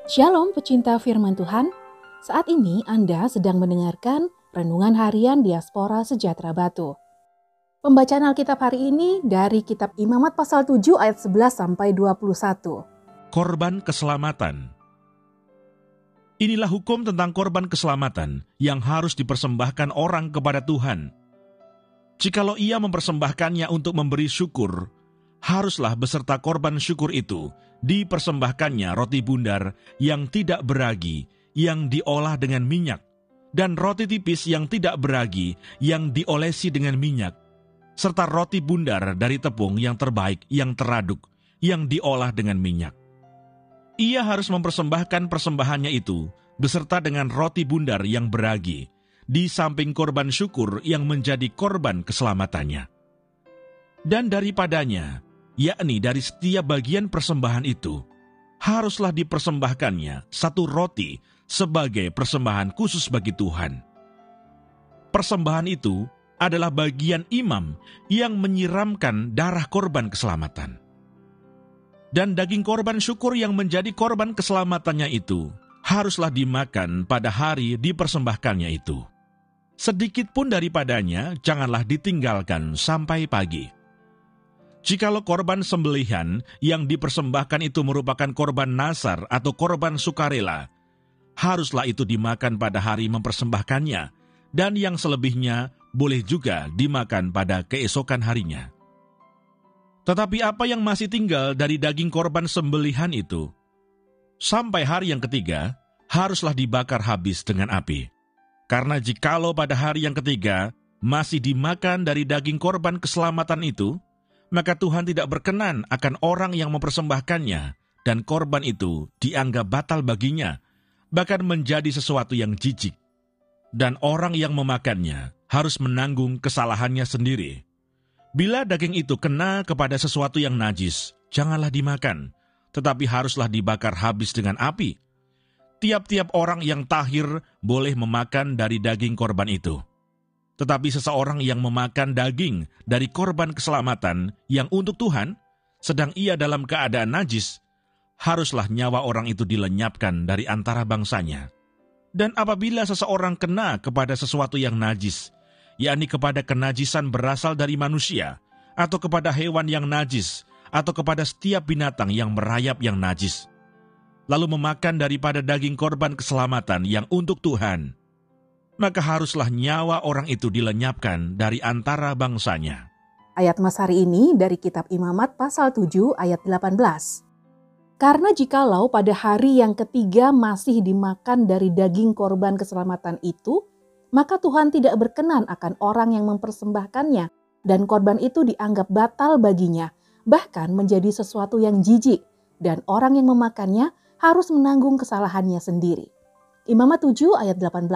Shalom pecinta firman Tuhan, saat ini Anda sedang mendengarkan Renungan Harian Diaspora Sejahtera Batu. Pembacaan Alkitab hari ini dari kitab Imamat pasal 7 ayat 11-21. Korban keselamatan. Inilah hukum tentang korban keselamatan yang harus dipersembahkan orang kepada Tuhan. Jikalau ia mempersembahkannya untuk memberi syukur, haruslah beserta korban syukur itu dipersembahkannya roti bundar yang tidak beragi, yang diolah dengan minyak, dan roti tipis yang tidak beragi, yang diolesi dengan minyak, serta roti bundar dari tepung yang terbaik, yang teraduk, yang diolah dengan minyak. Ia harus mempersembahkan persembahannya itu, beserta dengan roti bundar yang beragi, di samping korban syukur yang menjadi korban keselamatannya. Dan daripadanya, yakni dari setiap bagian persembahan itu, haruslah dipersembahkannya satu roti sebagai persembahan khusus bagi Tuhan. Persembahan itu adalah bagian imam yang menyiramkan darah korban keselamatan. Dan daging korban syukur yang menjadi korban keselamatannya itu, haruslah dimakan pada hari dipersembahkannya itu. Sedikit pun daripadanya janganlah ditinggalkan sampai pagi. Jikalau korban sembelihan yang dipersembahkan itu merupakan korban nasar atau korban sukarela, haruslah itu dimakan pada hari mempersembahkannya, dan yang selebihnya boleh juga dimakan pada keesokan harinya. Tetapi apa yang masih tinggal dari daging korban sembelihan itu, sampai hari yang ketiga, haruslah dibakar habis dengan api. Karena jikalau pada hari yang ketiga masih dimakan dari daging korban keselamatan itu, maka Tuhan tidak berkenan akan orang yang mempersembahkannya, dan korban itu dianggap batal baginya, bahkan menjadi sesuatu yang jijik. Dan orang yang memakannya harus menanggung kesalahannya sendiri. Bila daging itu kena kepada sesuatu yang najis, janganlah dimakan, tetapi haruslah dibakar habis dengan api. Tiap-tiap orang yang tahir boleh memakan dari daging korban itu. Tetapi seseorang yang memakan daging dari korban keselamatan yang untuk Tuhan, sedang ia dalam keadaan najis, haruslah nyawa orang itu dilenyapkan dari antara bangsanya. Dan apabila seseorang kena kepada sesuatu yang najis, yakni kepada kenajisan berasal dari manusia, atau kepada hewan yang najis, atau kepada setiap binatang yang merayap yang najis, lalu memakan daripada daging korban keselamatan yang untuk Tuhan, maka haruslah nyawa orang itu dilenyapkan dari antara bangsanya. Ayat Mas hari ini dari kitab Imamat pasal 7 ayat 18. Karena jikalau pada hari yang ketiga masih dimakan dari daging korban keselamatan itu, maka Tuhan tidak berkenan akan orang yang mempersembahkannya, dan korban itu dianggap batal baginya, bahkan menjadi sesuatu yang jijik, dan orang yang memakannya harus menanggung kesalahannya sendiri. Imamat 7 ayat 18.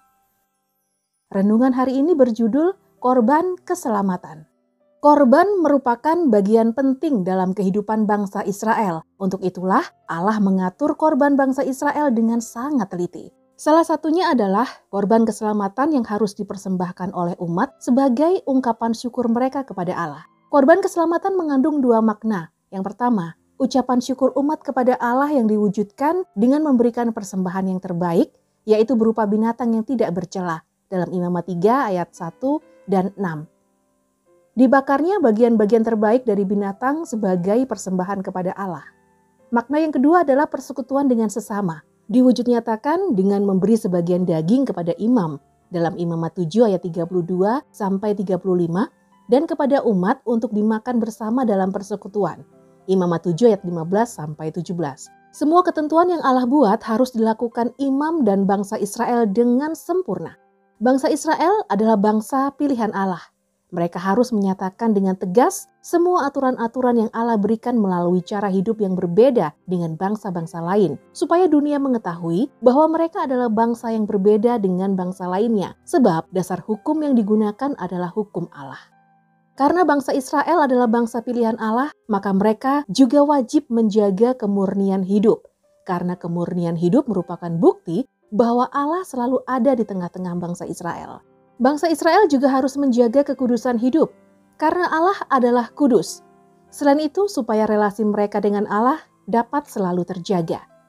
Renungan hari ini berjudul Korban Keselamatan. Korban merupakan bagian penting dalam kehidupan bangsa Israel. Untuk itulah Allah mengatur korban bangsa Israel dengan sangat teliti. Salah satunya adalah korban keselamatan yang harus dipersembahkan oleh umat sebagai ungkapan syukur mereka kepada Allah. Korban keselamatan mengandung dua makna. Yang pertama, ucapan syukur umat kepada Allah yang diwujudkan dengan memberikan persembahan yang terbaik, yaitu berupa binatang yang tidak bercela. Dalam Imamat 3 ayat 1 dan 6. Dibakarnya bagian-bagian terbaik dari binatang sebagai persembahan kepada Allah. Makna yang kedua adalah persekutuan dengan sesama. Diwujud nyatakan dengan memberi sebagian daging kepada imam. Dalam Imamat 7 ayat 32 sampai 35 dan kepada umat untuk dimakan bersama dalam persekutuan. Imamat 7 ayat 15 sampai 17. Semua ketentuan yang Allah buat harus dilakukan imam dan bangsa Israel dengan sempurna. Bangsa Israel adalah bangsa pilihan Allah. Mereka harus menyatakan dengan tegas semua aturan-aturan yang Allah berikan melalui cara hidup yang berbeda dengan bangsa-bangsa lain, supaya dunia mengetahui bahwa mereka adalah bangsa yang berbeda dengan bangsa lainnya, sebab dasar hukum yang digunakan adalah hukum Allah. Karena bangsa Israel adalah bangsa pilihan Allah, maka mereka juga wajib menjaga kemurnian hidup. Karena kemurnian hidup merupakan bukti bahwa Allah selalu ada di tengah-tengah bangsa Israel. Bangsa Israel juga harus menjaga kekudusan hidup, karena Allah adalah kudus. Selain itu, supaya relasi mereka dengan Allah dapat selalu terjaga.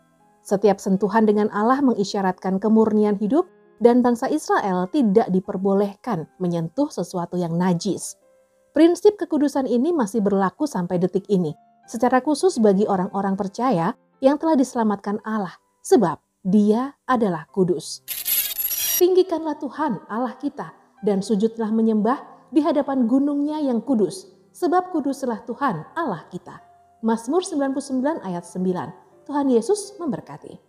Setiap sentuhan dengan Allah mengisyaratkan kemurnian hidup dan bangsa Israel tidak diperbolehkan menyentuh sesuatu yang najis. Prinsip kekudusan ini masih berlaku sampai detik ini, secara khusus bagi orang-orang percaya yang telah diselamatkan Allah, sebab Dia adalah kudus. Tinggikanlah Tuhan Allah kita dan sujudlah menyembah di hadapan gunungnya yang kudus, sebab kuduslah Tuhan Allah kita. Mazmur 99 ayat 9. Tuhan Yesus memberkati.